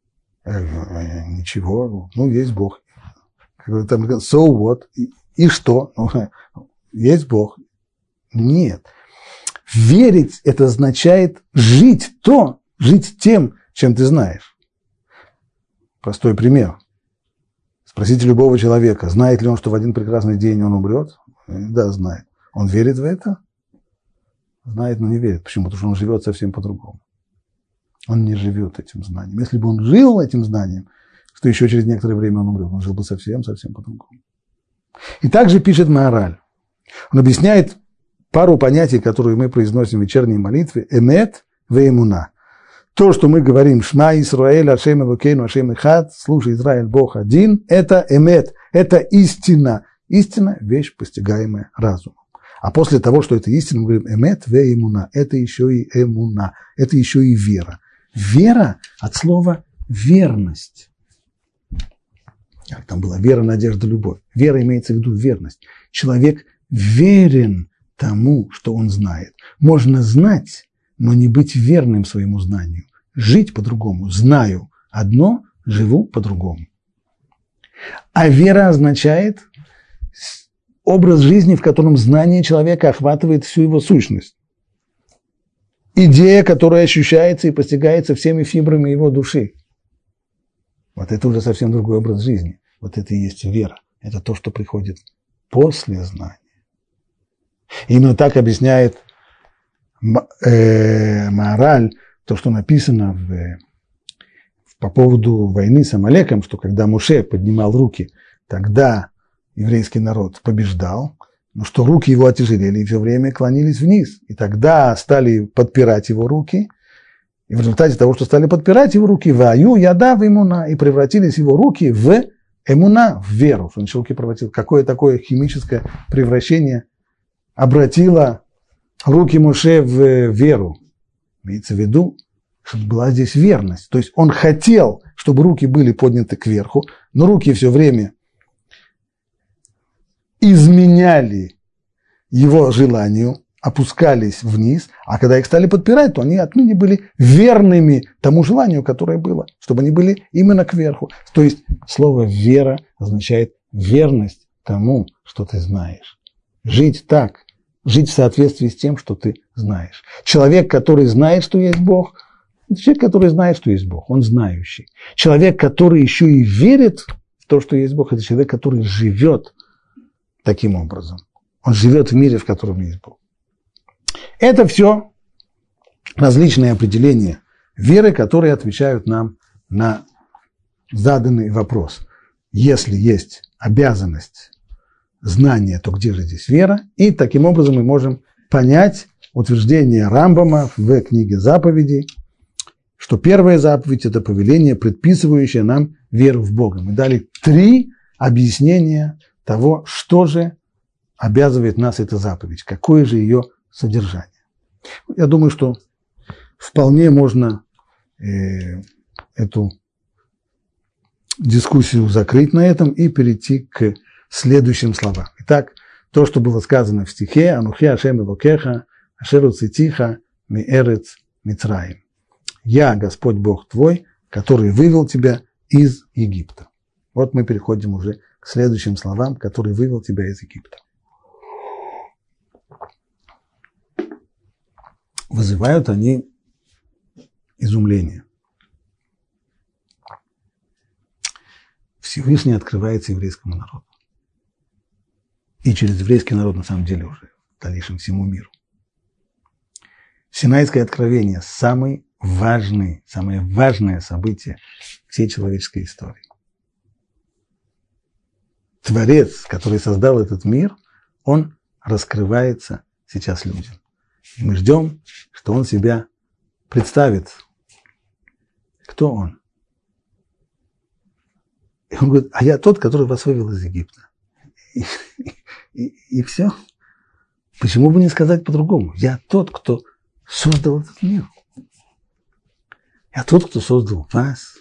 Ничего, ну, есть Бог. Там, so what? И, и что? Ну, есть Бог. Нет. Верить – это означает жить то, жить тем, чем ты знаешь. Простой пример. Спросите любого человека, знает ли он, что в один прекрасный день он умрет? Да, знает. Он верит в это? Знает, но не верит. Почему? Потому что он живет совсем по-другому. Он не живет этим знанием. Если бы он жил этим знанием, что еще через некоторое время он умрет, он жил бы совсем-совсем по-другому. И также пишет Маораль. Он объясняет пару понятий, которые мы произносим в вечерней молитве. Эмет ве эмуна. То, что мы говорим Шма Исраэль, Ашем Элокейну, Ашем Эхад, слушай, Израиль, Бог один, это эмет, это истина. Истина – вещь, постигаемая разумом. А после того, что это истина, мы говорим эмет ве эмуна. Это еще и эмуна, это еще и вера. Вера от слова верность. Как там было? Вера, надежда, любовь. Вера имеется в виду верность. Человек верен тому, что он знает. Можно знать, но не быть верным своему знанию. Жить по-другому. Знаю одно, живу по-другому. А вера означает образ жизни, в котором знание человека охватывает всю его сущность. Идея, которая ощущается и постигается всеми фибрами его души. Вот это уже совсем другой образ жизни. Вот это и есть вера. Это то, что приходит после знания. И именно так объясняет э, Маораль то, что написано в, по поводу войны с Амалеком, что когда Моше поднимал руки, тогда еврейский народ побеждал, но что руки его отяжелели и все время клонились вниз. И тогда стали подпирать его руки, и в результате того, что стали подпирать его руки, ваю яда в эмуна, и превратились его руки в эмуна, в веру. Что значит руки превратил? Какое такое химическое превращение обратило руки Моше в веру? Имеется в виду, чтобы была здесь верность. То есть он хотел, чтобы руки были подняты кверху, но руки все время изменяли его желанию, опускались вниз, а когда их стали подпирать, то они отныне были верными тому желанию, которое было, чтобы они были именно кверху. То есть слово «вера» означает верность тому, что ты знаешь. Жить так, жить в соответствии с тем, что ты знаешь. Человек, который знает, что есть Бог, это человек, который знает, что есть Бог, он знающий. Человек, который еще и верит в то, что есть Бог, это человек, который живет таким образом. Он живет в мире, в котором есть Бог. Это все различные определения веры, которые отвечают нам на заданный вопрос. Если есть обязанность знания, то где же здесь вера? И таким образом мы можем понять утверждение Рамбама в книге заповедей, что первая заповедь – это повеление, предписывающее нам веру в Бога. Мы дали три объяснения того, что же обязывает нас эта заповедь, какое же ее содержание. Я думаю, что вполне можно э, эту дискуссию закрыть на этом и перейти к следующим словам. Итак, то, что было сказано в стихе «Анухи Ашем Элокеха, Ашер уцитиха миэрец Мицраим». «Я, Господь Бог твой, который вывел тебя из Египта». Вот мы переходим уже к следующим словам, который вывел тебя из Египта. Вызывают они изумление. Всевышний открывается еврейскому народу. И через еврейский народ, на самом деле, уже в дальнейшем всему миру. Синайское откровение – самый важный, самое важное событие всей человеческой истории. Творец, который создал этот мир, он раскрывается сейчас людям. И мы ждем, что он себя представит. Кто он? И он говорит, а я тот, который вас вывел из Египта. И, и, и все. Почему бы не сказать по-другому? Я тот, кто создал этот мир. Я тот, кто создал вас.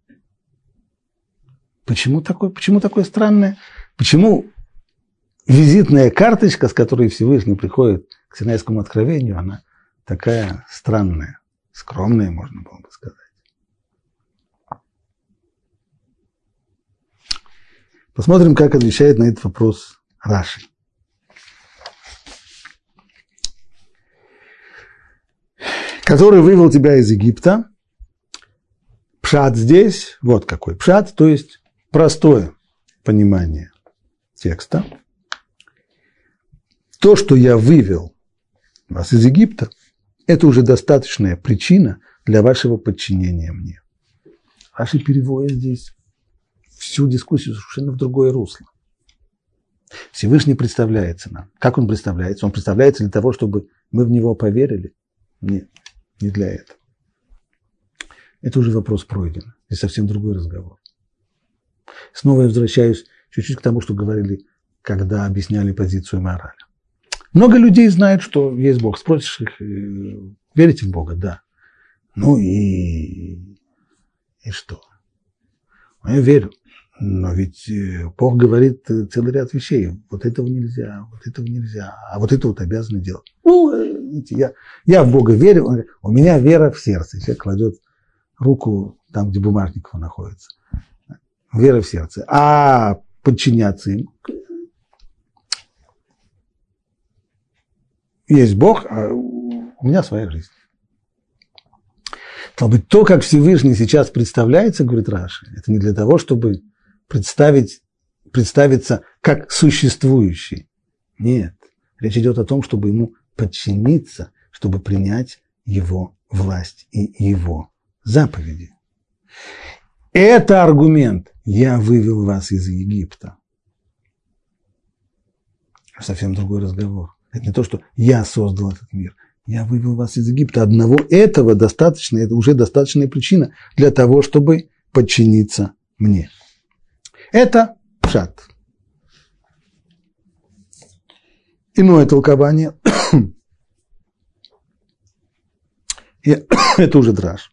Почему такое, почему такое странное? Почему визитная карточка, с которой Всевышний приходит к Синайскому откровению, она такая странная, скромная, можно было бы сказать. Посмотрим, как отвечает на этот вопрос Раши. Который вывел тебя из Египта. Пшат здесь, вот какой пшат, то есть простое понимание текста. То, что я вывел вас из Египта, это уже достаточная причина для вашего подчинения мне. Раши переводит здесь всю дискуссию совершенно в другое русло. Всевышний представляется нам. Как он представляется? Он представляется для того, чтобы мы в него поверили? Нет, не для этого. Это уже вопрос пройден. Здесь совсем другой разговор. Снова я возвращаюсь чуть-чуть к тому, что говорили, когда объясняли позицию морали. Много людей знают, что есть Бог. Спросишь их, верите в Бога? Да. Ну и, и что? Я верю. Но ведь Бог говорит целый ряд вещей. Вот этого нельзя, вот этого нельзя, а вот это вот обязаны делать. Ну, я, я в Бога верю, у меня вера в сердце. Человек кладет руку там, где бумажник находится. Вера в сердце. А подчиняться им. Есть Бог, а у меня своя жизнь. Стало быть, то, как Всевышний сейчас представляется, говорит Раши, это не для того, чтобы представить, представиться как существующий. Нет. Речь идет о том, чтобы ему подчиниться, чтобы принять его власть и его заповеди. Это аргумент. Я вывел вас из Египта. Совсем другой разговор. Это не то, что я создал этот мир. Я вывел вас из Египта. Одного этого достаточно, это уже достаточная причина для того, чтобы подчиниться мне. Это пшат. Иное толкование. Это уже драж.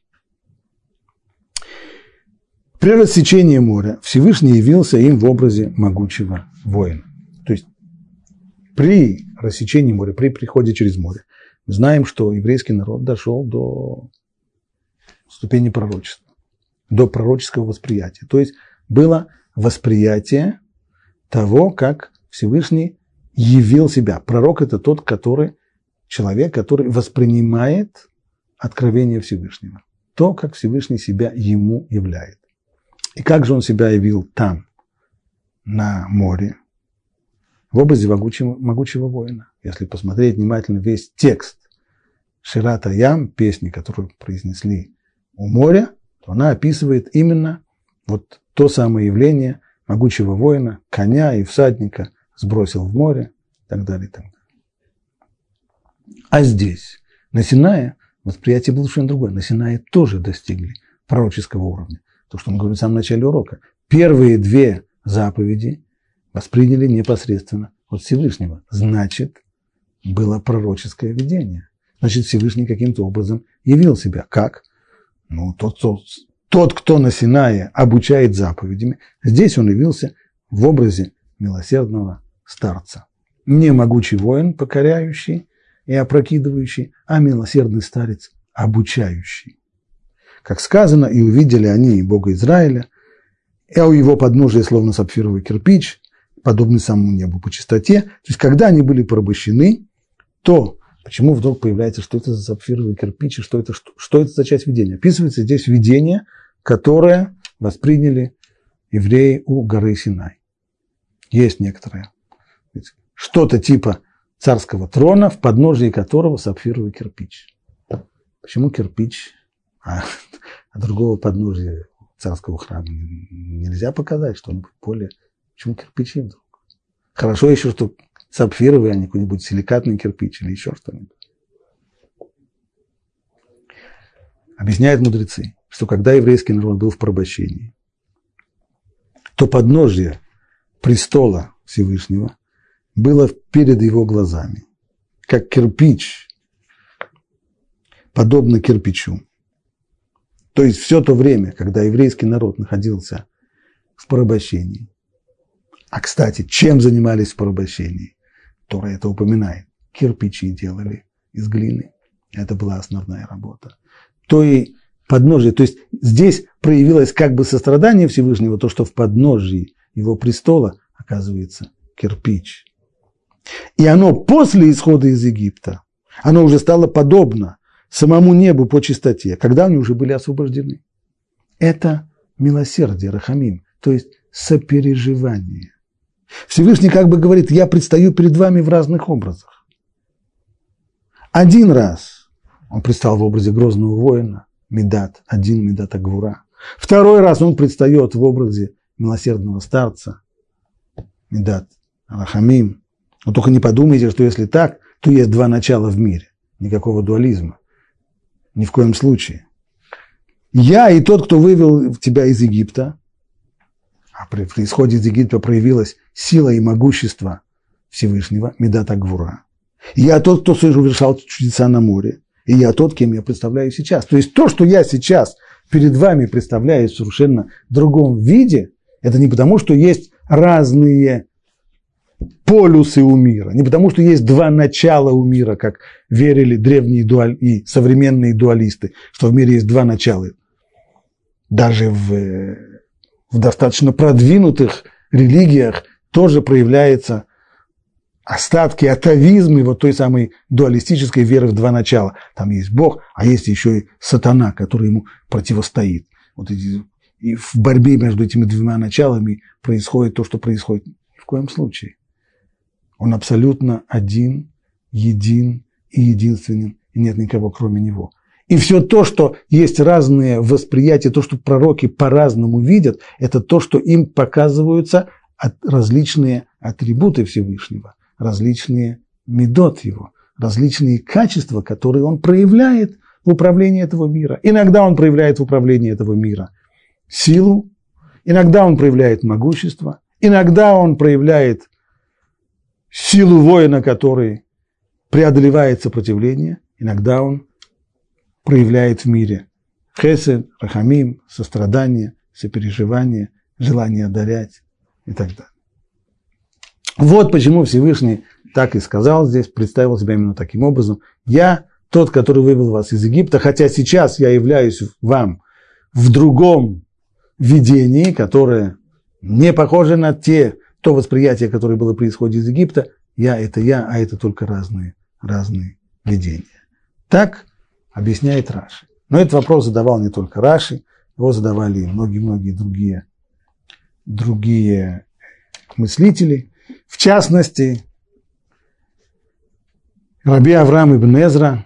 При рассечении моря Всевышний явился им в образе могучего воина. То есть при рассечении моря, при приходе через море, мы знаем, что еврейский народ дошел до ступени пророчества, до пророческого восприятия. То есть было восприятие того, как Всевышний явил себя. Пророк – это тот, который, человек, который воспринимает откровение Всевышнего. То, как Всевышний себя ему являет. И как же он себя явил там, на море, в образе могучего, могучего воина. Если посмотреть внимательно весь текст Шират Аям, песни, которую произнесли у моря, то она описывает именно вот то самое явление могучего воина, коня и всадника сбросил в море и так далее, и так далее. А здесь, на Синае, восприятие было совершенно другое. На Синае тоже достигли пророческого уровня. То, что он говорит в самом начале урока. Первые две заповеди восприняли непосредственно от Всевышнего. Значит, было пророческое видение. Значит, Всевышний каким-то образом явил себя. Как? Ну, тот, кто, тот, кто на Синае обучает заповедями, здесь он явился в образе милосердного старца. Не могучий воин, покоряющий и опрокидывающий, а милосердный старец, обучающий. Как сказано, и увидели они Бога Израиля, и у его подножия словно сапфировый кирпич, подобный самому небу по чистоте. То есть, когда они были порабощены, то почему вдруг появляется, что это за сапфировый кирпич, и что это, что, что это за часть видения? Описывается здесь видение, которое восприняли евреи у горы Синай. Есть некоторое, что-то типа царского трона, в подножии которого сапфировый кирпич. Почему кирпич, а, а другого подножия царского храма нельзя показать, что-нибудь более... Почему кирпичи вдруг? Хорошо еще, что сапфировый, а не какой-нибудь силикатный кирпич или еще что-нибудь. Объясняют мудрецы, что когда еврейский народ был в порабощении, то подножие престола Всевышнего было перед его глазами, как кирпич, подобно кирпичу. То есть все то время, когда еврейский народ находился в порабощении. А, кстати, чем занимались в порабощении? Тора это упоминает. Кирпичи делали из глины. Это была основная работа. То и подножие. То есть здесь проявилось как бы сострадание Всевышнего, то, что в подножии его престола оказывается кирпич. И оно после исхода из Египта, оно уже стало подобно самому небу по чистоте, когда они уже были освобождены. Это милосердие, рахамим, то есть сопереживание. Всевышний как бы говорит, я предстаю перед вами в разных образах. Один раз он предстал в образе грозного воина, Медат, один Медат Агвура. Второй раз он предстает в образе милосердного старца, Медат Рахамим. Но только не подумайте, что если так, то есть два начала в мире. Никакого дуализма. Ни в коем случае. Я и тот, кто вывел тебя из Египта, а при, при исходе из Египта проявилась сила и могущество Всевышнего, Медат Агвура. Я тот, кто совершал чудеса на море, и я тот, кем я представляю сейчас. То есть то, что я сейчас перед вами представляю в совершенно другом виде, это не потому, что есть разные полюсы у мира, не потому, что есть два начала у мира, как верили древние дуаль... и современные дуалисты, что в мире есть два начала. Даже в, в достаточно продвинутых религиях тоже проявляются остатки атавизма, вот той самой дуалистической веры в два начала. Там есть Бог, а есть еще и сатана, который ему противостоит. Вот эти, и в борьбе между этими двумя началами происходит то, что происходит. Ни в коем случае. Он абсолютно один, един и единственен, и нет никого кроме него. И все то, что есть разные восприятия, то, что пророки по-разному видят, это то, что им показываются от различные атрибуты Всевышнего, различные медот его, различные качества, которые он проявляет в управлении этого мира. Иногда он проявляет в управлении этого мира силу, иногда он проявляет могущество, иногда он проявляет силу воина, который преодолевает сопротивление, иногда он проявляет в мире хесед, рахамим, сострадание, сопереживание, желание одарять и так далее. Вот почему Всевышний так и сказал здесь, представил себя именно таким образом. Я тот, который вывел вас из Египта, хотя сейчас я являюсь вам в другом видении, которое не похоже на те, то восприятие, которое было при исходе из Египта. Я – это я, а это только разные, разные видения. Так объясняет Раши. Но этот вопрос задавал не только Раши, его задавали и многие-многие другие, другие мыслители. В частности, Раби Авраам ибн Эзра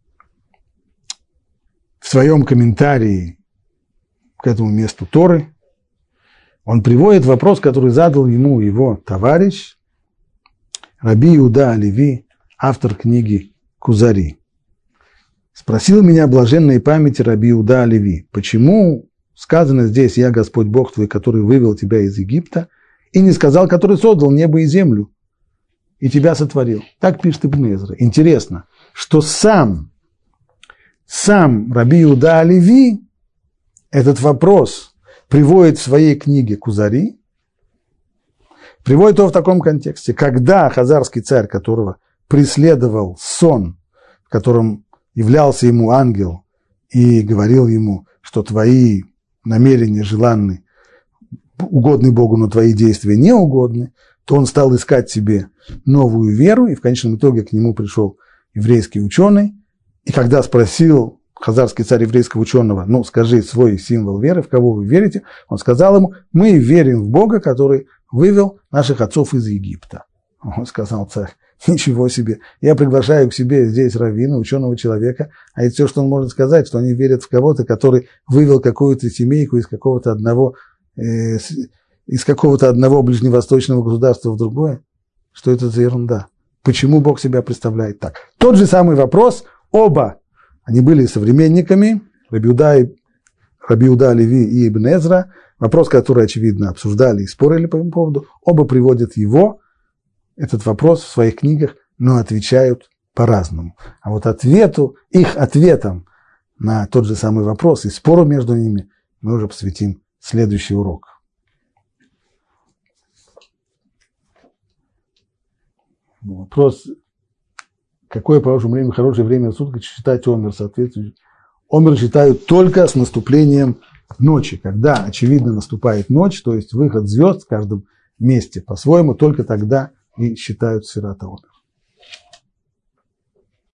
в своем комментарии к этому месту Торы он приводит вопрос, который задал ему его товарищ Раби Иуда а-Леви, автор книги Кузари. Спросил меня блаженной памяти Раби Иуда а-Леви, почему сказано здесь «Я Господь Бог твой, который вывел тебя из Египта», и не сказал, который создал небо и землю, и тебя сотворил. Так пишет Ибн Эзра. Интересно, что сам, сам Раби Иуда а-Леви этот вопрос приводит в своей книге Кузари, приводит его в таком контексте. Когда хазарский царь, которого преследовал сон, в котором являлся ему ангел и говорил ему, что твои намерения желанны, угодны Богу, но твои действия не угодны, то он стал искать себе новую веру, и в конечном итоге к нему пришел еврейский ученый, и когда спросил хазарский царь еврейского ученого, ну, скажи свой символ веры, в кого вы верите, он сказал ему, мы верим в Бога, который вывел наших отцов из Египта. Он сказал царь, ничего себе, я приглашаю к себе здесь раввина, ученого человека, а это все, что он может сказать, что они верят в кого-то, который вывел какую-то семейку из какого-то одного, э, из какого-то одного ближневосточного государства в другое. Что это за ерунда? Почему Бог себя представляет так? Тот же самый вопрос, оба они были современниками, Раби Иуда, Раби Иуда а-Леви и Ибн Эзра, вопрос, который, очевидно, обсуждали и спорили по этому поводу, оба приводят его, этот вопрос в своих книгах, но отвечают по-разному. А вот ответу, их ответом на тот же самый вопрос и спору между ними мы уже посвятим следующий урок. Вопрос, какое, по вашему мнению, хорошее время суток считать омер соответствующий? Омер считают только с наступлением ночи, когда, очевидно, наступает ночь, то есть выход звезд в каждом месте по-своему, только тогда и считают сфират омер.